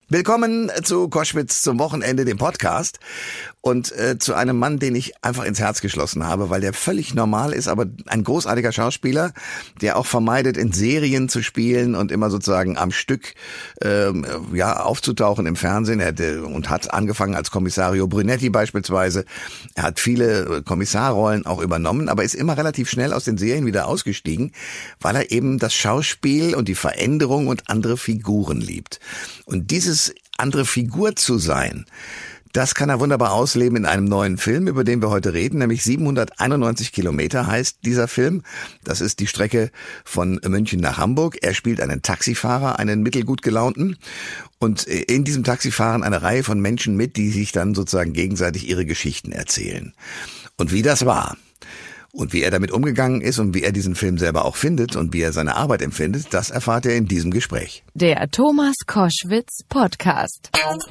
Willkommen zu Koschwitz zum Wochenende, dem Podcast, und zu einem Mann, den ich einfach ins Herz geschlossen habe, weil der völlig normal ist, aber ein großartiger Schauspieler, der auch vermeidet, in Serien zu spielen und immer sozusagen am Stück aufzutauchen im Fernsehen. Und hat angefangen als Kommissario Brunetti beispielsweise. Er hat viele Kommissarrollen auch übernommen, aber ist immer relativ schnell aus den Serien wieder ausgestiegen, weil er eben das Schauspiel und die Veränderung und andere Figuren liebt. Und dieses andere Figur zu sein, das kann er wunderbar ausleben in einem neuen Film, über den wir heute reden, nämlich 791 Kilometer heißt dieser Film. Das ist die Strecke von München nach Hamburg. Er spielt einen Taxifahrer, einen mittelgut gelaunten. Und in diesem Taxi fahren eine Reihe von Menschen mit, die sich dann sozusagen gegenseitig ihre Geschichten erzählen. Und wie das war und wie er damit umgegangen ist und wie er diesen Film selber auch findet und wie er seine Arbeit empfindet, das erfahrt er in diesem Gespräch. Der Thomas Koschwitz Podcast.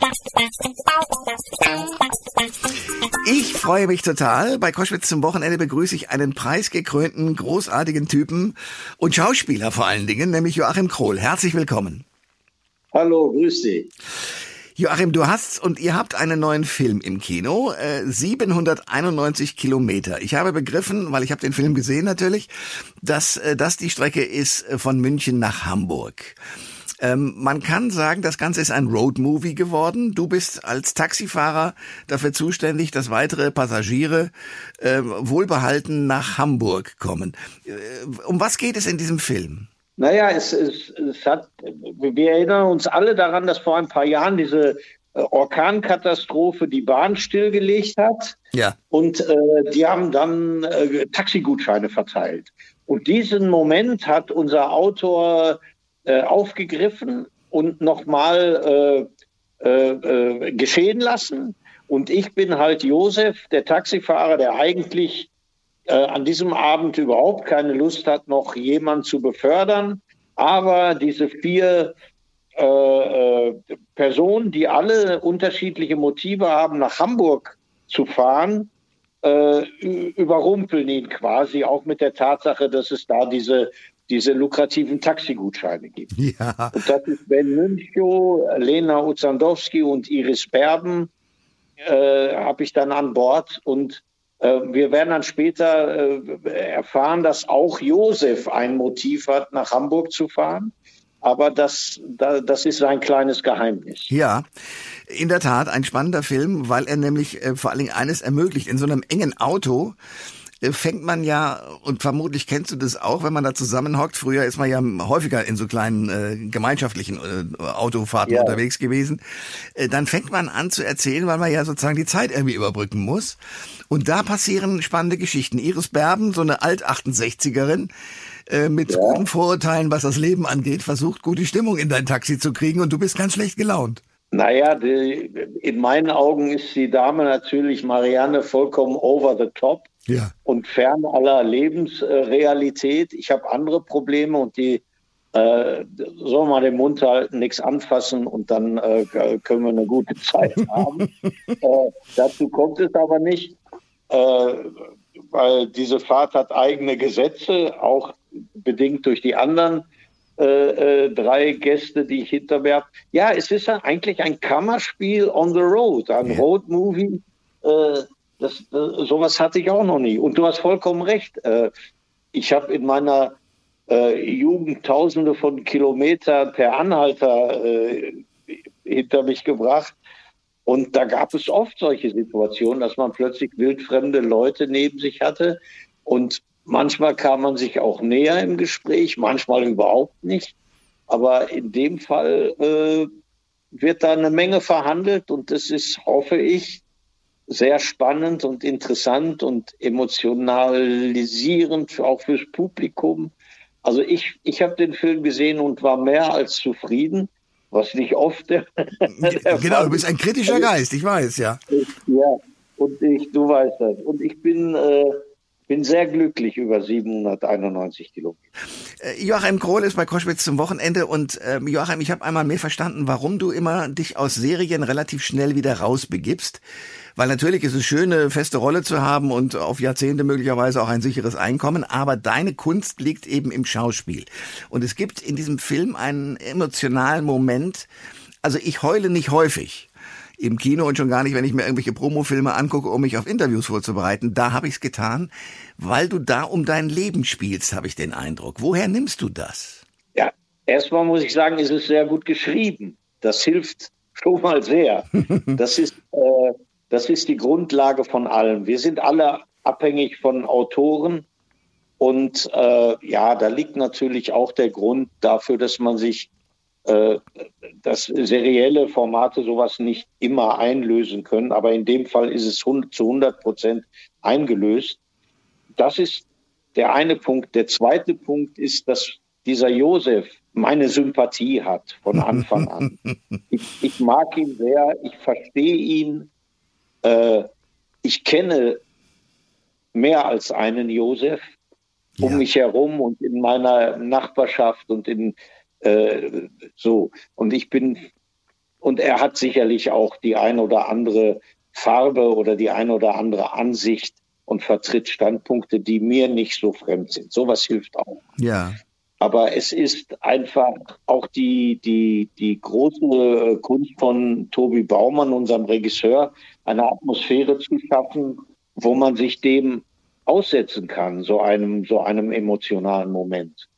Ich freue mich total. Bei Koschwitz zum Wochenende begrüße ich einen preisgekrönten, großartigen Typen und Schauspieler vor allen Dingen, nämlich Joachim Krohl. Herzlich willkommen. Hallo, grüß dich. Joachim, ihr habt einen neuen Film im Kino, 791 Kilometer. Ich habe begriffen, weil ich habe den Film gesehen natürlich, dass das die Strecke ist von München nach Hamburg. Man kann sagen, das Ganze ist ein Roadmovie geworden. Du bist als Taxifahrer dafür zuständig, dass weitere Passagiere wohlbehalten nach Hamburg kommen. Um was geht es in diesem Film? Naja, wir erinnern uns alle daran, dass vor ein paar Jahren diese Orkankatastrophe die Bahn stillgelegt hat. Ja. Und die haben dann Taxigutscheine verteilt. Und diesen Moment hat unser Autor aufgegriffen und nochmal geschehen lassen. Und ich bin halt Josef, der Taxifahrer, der eigentlich an diesem Abend überhaupt keine Lust hat, noch jemanden zu befördern. Aber diese 4 Personen, die alle unterschiedliche Motive haben, nach Hamburg zu fahren, überrumpeln ihn quasi, auch mit der Tatsache, dass es da diese lukrativen Taxigutscheine gibt. Ja. Und das ist Ben Münchow, Lena Uzandowski und Iris Berben habe ich dann an Bord. Und wir werden dann später erfahren, dass auch Josef ein Motiv hat, nach Hamburg zu fahren. Aber das ist ein kleines Geheimnis. Ja, in der Tat ein spannender Film, weil er nämlich vor allen Dingen eines ermöglicht. In so einem engen Auto fängt man ja, und vermutlich kennst du das auch, wenn man da zusammenhockt, früher ist man ja häufiger in so kleinen gemeinschaftlichen Autofahrten unterwegs gewesen, dann fängt man an zu erzählen, weil man ja sozusagen die Zeit irgendwie überbrücken muss. Und da passieren spannende Geschichten. Iris Berben, so eine Alt-68erin, mit guten Vorurteilen, was das Leben angeht, versucht, gute Stimmung in dein Taxi zu kriegen und du bist ganz schlecht gelaunt. Naja, in meinen Augen ist die Dame natürlich, Marianne, vollkommen over the top. Ja. Und fern aller Lebensrealität. Ich habe andere Probleme und die soll man den Mund halten, nichts anfassen und dann können wir eine gute Zeit haben. Dazu kommt es aber nicht, weil diese Fahrt hat eigene Gesetze, auch bedingt durch die anderen 3 Gäste, die ich hinter mir habe. Ja, es ist eigentlich ein Kammerspiel on the road, ein Roadmovie. Sowas hatte ich auch noch nie. Und du hast vollkommen recht. Ich habe in meiner Jugend Tausende von Kilometern per Anhalter hinter mich gebracht. Und da gab es oft solche Situationen, dass man plötzlich wildfremde Leute neben sich hatte. Und manchmal kam man sich auch näher im Gespräch, manchmal überhaupt nicht. Aber in dem Fall wird da eine Menge verhandelt. Und das ist, hoffe ich, sehr spannend und interessant und emotionalisierend, auch fürs Publikum. Also ich habe den Film gesehen und war mehr als zufrieden, was nicht oft der Genau, du bist ein kritischer Geist, ich weiß, ja. Ja, und du weißt das. Und ich bin sehr glücklich über 791 Kilometer. Joachim Krohl ist bei Koschwitz zum Wochenende und Joachim, ich habe einmal mehr verstanden, warum du immer dich aus Serien relativ schnell wieder rausbegibst. Weil natürlich ist es schön, eine feste Rolle zu haben und auf Jahrzehnte möglicherweise auch ein sicheres Einkommen, aber deine Kunst liegt eben im Schauspiel. Und es gibt in diesem Film einen emotionalen Moment, Also ich heule nicht häufig im Kino und schon gar nicht, wenn ich mir irgendwelche Promofilme angucke, um mich auf Interviews vorzubereiten. Da habe ich es getan, weil du da um dein Leben spielst, habe ich den Eindruck. Woher nimmst du das? Ja, erstmal muss ich sagen, ist es sehr gut geschrieben. Das hilft schon mal sehr. Das ist die Grundlage von allem. Wir sind alle abhängig von Autoren. Und da liegt natürlich auch der Grund dafür, dass man sich, dass serielle Formate sowas nicht immer einlösen können. Aber in dem Fall ist es zu 100% eingelöst. Das ist der eine Punkt. Der zweite Punkt ist, dass dieser Josef meine Sympathie hat von Anfang an. Ich mag ihn sehr, ich verstehe ihn. Ich kenne mehr als einen Josef um mich herum und in meiner Nachbarschaft und so. Und er hat sicherlich auch die ein oder andere Farbe oder die ein oder andere Ansicht und vertritt Standpunkte, die mir nicht so fremd sind. Sowas hilft auch. Ja. Aber es ist einfach auch die große Kunst von Tobi Baumann, unserem Regisseur, eine Atmosphäre zu schaffen, wo man sich dem aussetzen kann, so einem emotionalen Moment,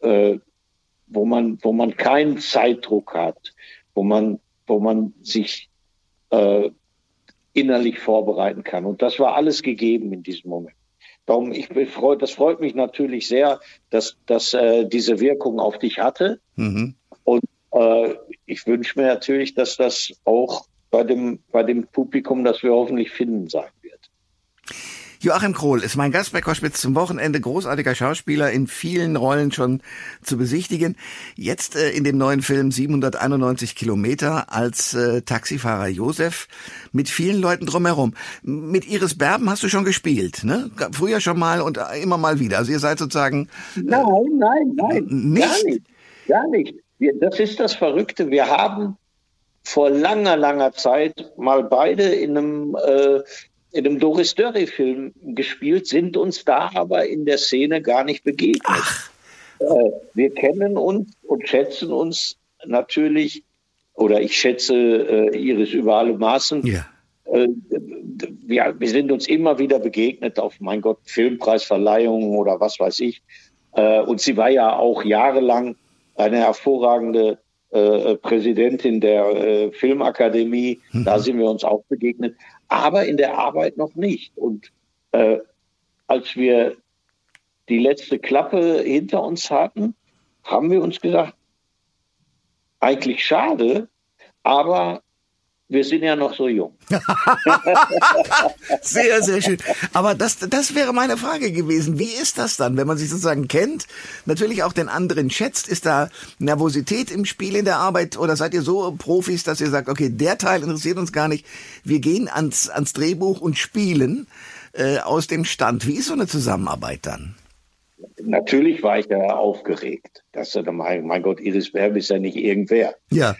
wo man keinen Zeitdruck hat, wo man sich innerlich vorbereiten kann. Und das war alles gegeben in diesem Moment. Darum, das freut mich natürlich sehr, dass diese Wirkung auf dich hatte. Mhm. Und ich wünsche mir natürlich, dass das auch bei dem Publikum, das wir hoffentlich finden, sein wird. Joachim Krohl ist mein Gast bei Koschwitz zum Wochenende, großartiger Schauspieler, in vielen Rollen schon zu besichtigen. Jetzt in dem neuen Film 791 Kilometer als Taxifahrer Josef mit vielen Leuten drumherum. Mit Iris Berben hast du schon gespielt, ne? Früher schon mal und immer mal wieder. Also ihr seid sozusagen... Nein, nicht? Gar nicht. Das ist das Verrückte. Wir haben vor langer Zeit mal beide in einem Doris Dörri-Film gespielt, sind uns da aber in der Szene gar nicht begegnet. Wir kennen uns und schätzen uns natürlich, oder ich schätze Iris über alle Maßen. Ja. Wir sind uns immer wieder begegnet auf, mein Gott, Filmpreisverleihungen oder was weiß ich. Und sie war ja auch jahrelang eine hervorragende Präsidentin der Filmakademie. Da sind wir uns auch begegnet. Aber in der Arbeit noch nicht. Und als wir die letzte Klappe hinter uns hatten, haben wir uns gesagt, eigentlich schade, aber wir sind ja noch so jung. Sehr, sehr schön. Aber das wäre meine Frage gewesen. Wie ist das dann, wenn man sich sozusagen kennt, natürlich auch den anderen schätzt? Ist da Nervosität im Spiel in der Arbeit oder seid ihr so Profis, dass ihr sagt, okay, der Teil interessiert uns gar nicht. Wir gehen ans Drehbuch und spielen aus dem Stand. Wie ist so eine Zusammenarbeit dann? Natürlich war ich ja aufgeregt. Mein Gott, Iris Berben ist ja nicht irgendwer. Ja.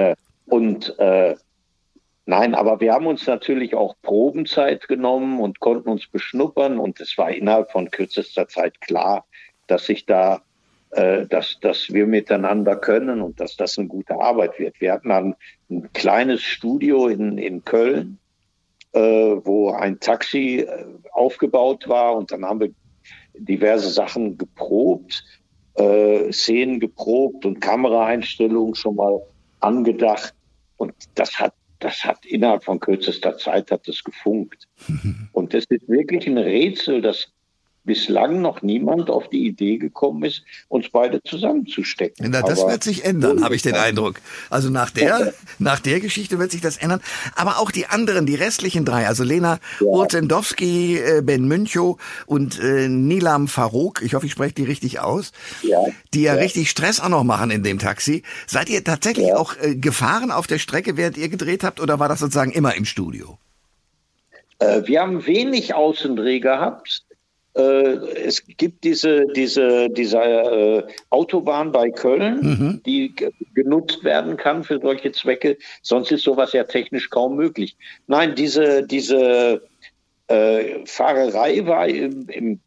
Nein, aber wir haben uns natürlich auch Probenzeit genommen und konnten uns beschnuppern und es war innerhalb von kürzester Zeit klar, dass dass wir miteinander können und dass das eine gute Arbeit wird. Wir hatten dann ein kleines Studio in Köln, wo ein Taxi aufgebaut war und dann haben wir diverse Sachen geprobt, Szenen geprobt und Kameraeinstellungen schon mal angedacht und das hat innerhalb von kürzester Zeit hat es gefunkt. Und es ist wirklich ein Rätsel, dass bislang noch niemand auf die Idee gekommen ist, uns beide zusammenzustecken. Na, das wird sich ändern, habe ich den Eindruck. Also nach der Geschichte wird sich das ändern. Aber auch die anderen, die restlichen drei, also Lena Urzendowski, Ben Münchow und Nilam Farouk, ich hoffe, ich spreche die richtig aus, die richtig Stress auch noch machen in dem Taxi. Seid ihr tatsächlich auch gefahren auf der Strecke, während ihr gedreht habt, oder war das sozusagen immer im Studio? Wir haben wenig Außendreh gehabt. Es gibt diese Autobahn bei Köln, die genutzt werden kann für solche Zwecke. Sonst ist sowas ja technisch kaum möglich. Nein, diese Fahrerei war im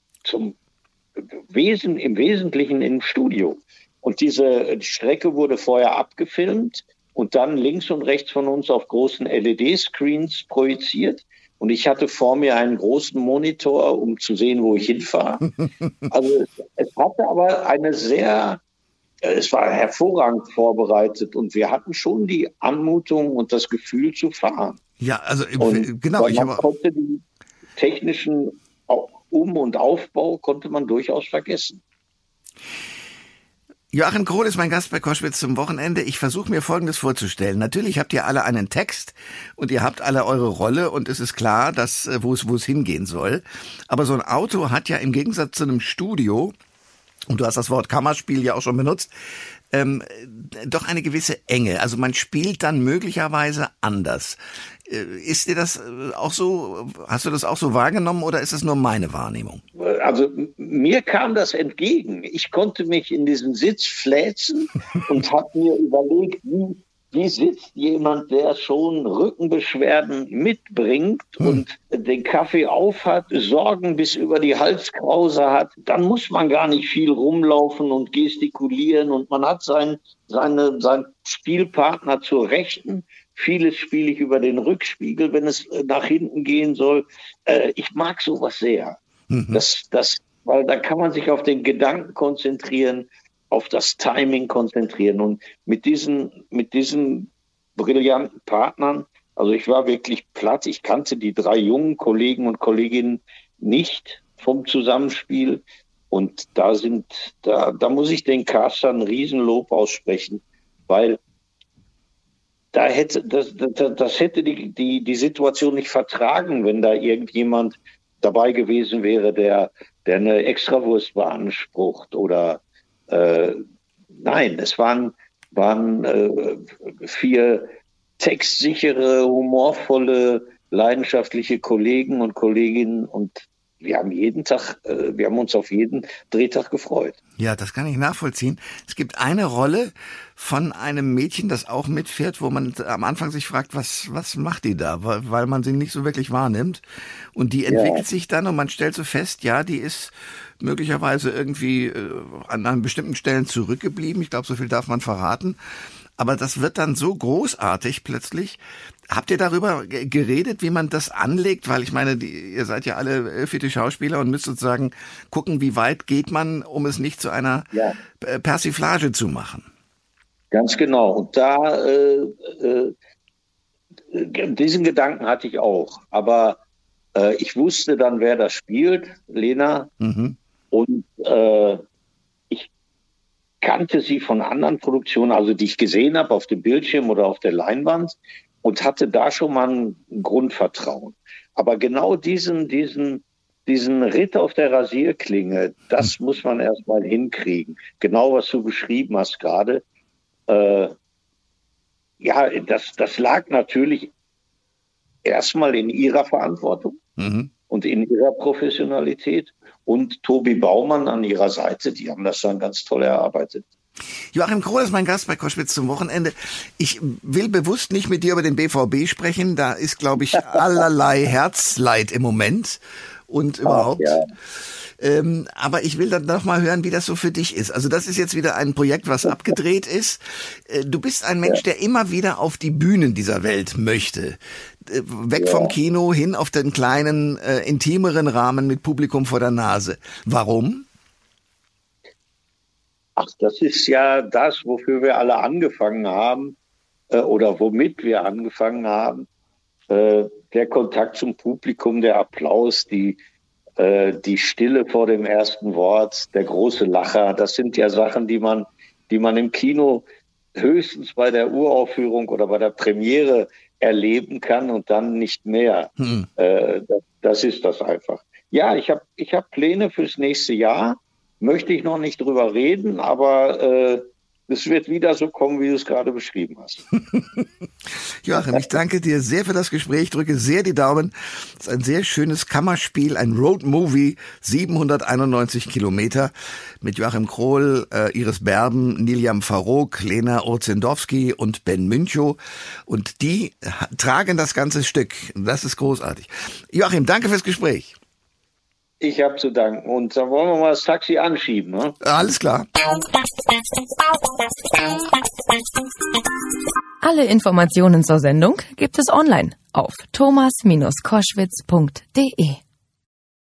Wesentlichen im Studio. Und die Strecke wurde vorher abgefilmt und dann links und rechts von uns auf großen LED-Screens projiziert. Und ich hatte vor mir einen großen Monitor, um zu sehen, wo ich hinfahre. Also es hatte aber es war hervorragend vorbereitet und wir hatten schon die Anmutung und das Gefühl zu fahren. Ja, also und genau. Man konnte die technischen Um- und Aufbau konnte man durchaus vergessen. Joachim Krohl ist mein Gast bei Koschwitz zum Wochenende. Ich versuche mir Folgendes vorzustellen. Natürlich habt ihr alle einen Text und ihr habt alle eure Rolle und es ist klar, dass wo es hingehen soll. Aber so ein Auto hat ja im Gegensatz zu einem Studio, und du hast das Wort Kammerspiel ja auch schon benutzt, doch eine gewisse Enge. Also man spielt dann möglicherweise anders. Ist dir das auch so, hast du das auch so wahrgenommen oder ist es nur meine Wahrnehmung? Also mir kam das entgegen. Ich konnte mich in diesen Sitz fläzen und habe mir überlegt, wie sitzt jemand, der schon Rückenbeschwerden mitbringt und den Kaffee aufhat, Sorgen bis über die Halskrause hat. Dann muss man gar nicht viel rumlaufen und gestikulieren und man hat seinen Spielpartner zur Rechten. Vieles spiele ich über den Rückspiegel, wenn es nach hinten gehen soll. Ich mag sowas sehr. Weil da kann man sich auf den Gedanken konzentrieren, auf das Timing konzentrieren. Und mit diesen brillanten Partnern, also ich war wirklich platt. Ich kannte die 3 jungen Kollegen und Kolleginnen nicht vom Zusammenspiel. Und da muss ich den Castern ein Riesenlob aussprechen, weil das hätte die Situation nicht vertragen, wenn da irgendjemand dabei gewesen wäre, der eine Extrawurst beansprucht oder nein, es waren 4 textsichere, humorvolle, leidenschaftliche Kollegen und Kolleginnen und wir haben uns auf jeden Drehtag gefreut. Ja, das kann ich nachvollziehen. Es gibt eine Rolle von einem Mädchen, das auch mitfährt, wo man am Anfang sich fragt, was macht die da? Weil man sie nicht so wirklich wahrnimmt. Und die entwickelt sich dann und man stellt so fest, ja, die ist möglicherweise irgendwie an bestimmten Stellen zurückgeblieben. Ich glaube, so viel darf man verraten. Aber das wird dann so großartig plötzlich. Habt ihr darüber geredet, wie man das anlegt? Weil ich meine, ihr seid ja alle fitte Schauspieler und müsst sozusagen gucken, wie weit geht man, um es nicht zu einer Persiflage zu machen. Ganz genau. Und diesen Gedanken hatte ich auch. Aber ich wusste dann, wer das spielt, Lena. Mhm. Und ich kannte sie von anderen Produktionen, also die ich gesehen habe auf dem Bildschirm oder auf der Leinwand und hatte da schon mal ein Grundvertrauen. Aber genau diesen Ritt auf der Rasierklinge, das muss man erst mal hinkriegen. Genau, was du beschrieben hast gerade. Das lag natürlich erstmal in ihrer Verantwortung und in ihrer Professionalität und Tobi Baumann an ihrer Seite, die haben das dann ganz toll erarbeitet. Joachim Krohl ist mein Gast bei Koschwitz zum Wochenende. Ich will bewusst nicht mit dir über den BVB sprechen, da ist, glaube ich, allerlei Herzleid im Moment und überhaupt. Aber ich will dann noch mal hören, wie das so für dich ist. Also das ist jetzt wieder ein Projekt, was abgedreht ist. Du bist ein Mensch, der immer wieder auf die Bühnen dieser Welt möchte. Weg vom Kino hin auf den kleinen, intimeren Rahmen mit Publikum vor der Nase. Warum? Ach, das ist ja das, wofür wir alle angefangen haben oder womit wir angefangen haben. Der Kontakt zum Publikum, der Applaus, die Stille vor dem ersten Wort, der große Lacher, das sind ja Sachen, die man im Kino höchstens bei der Uraufführung oder bei der Premiere erleben kann und dann nicht mehr. Das ist das einfach. Ja, ich hab Pläne fürs nächste Jahr. Möchte ich noch nicht drüber reden, aber es wird wieder so kommen, wie du es gerade beschrieben hast. Joachim, ich danke dir sehr für das Gespräch, drücke sehr die Daumen. Es ist ein sehr schönes Kammerspiel, ein Roadmovie, 791 Kilometer mit Joachim Krohl, Iris Berben, Niljam Farok, Lena Orzendowski und Ben Münchow. Und die tragen das ganze Stück. Das ist großartig. Joachim, danke fürs Gespräch. Ich habe zu danken. Und dann wollen wir mal das Taxi anschieben. Ne? Alles klar. Alle Informationen zur Sendung gibt es online auf thomas-koschwitz.de.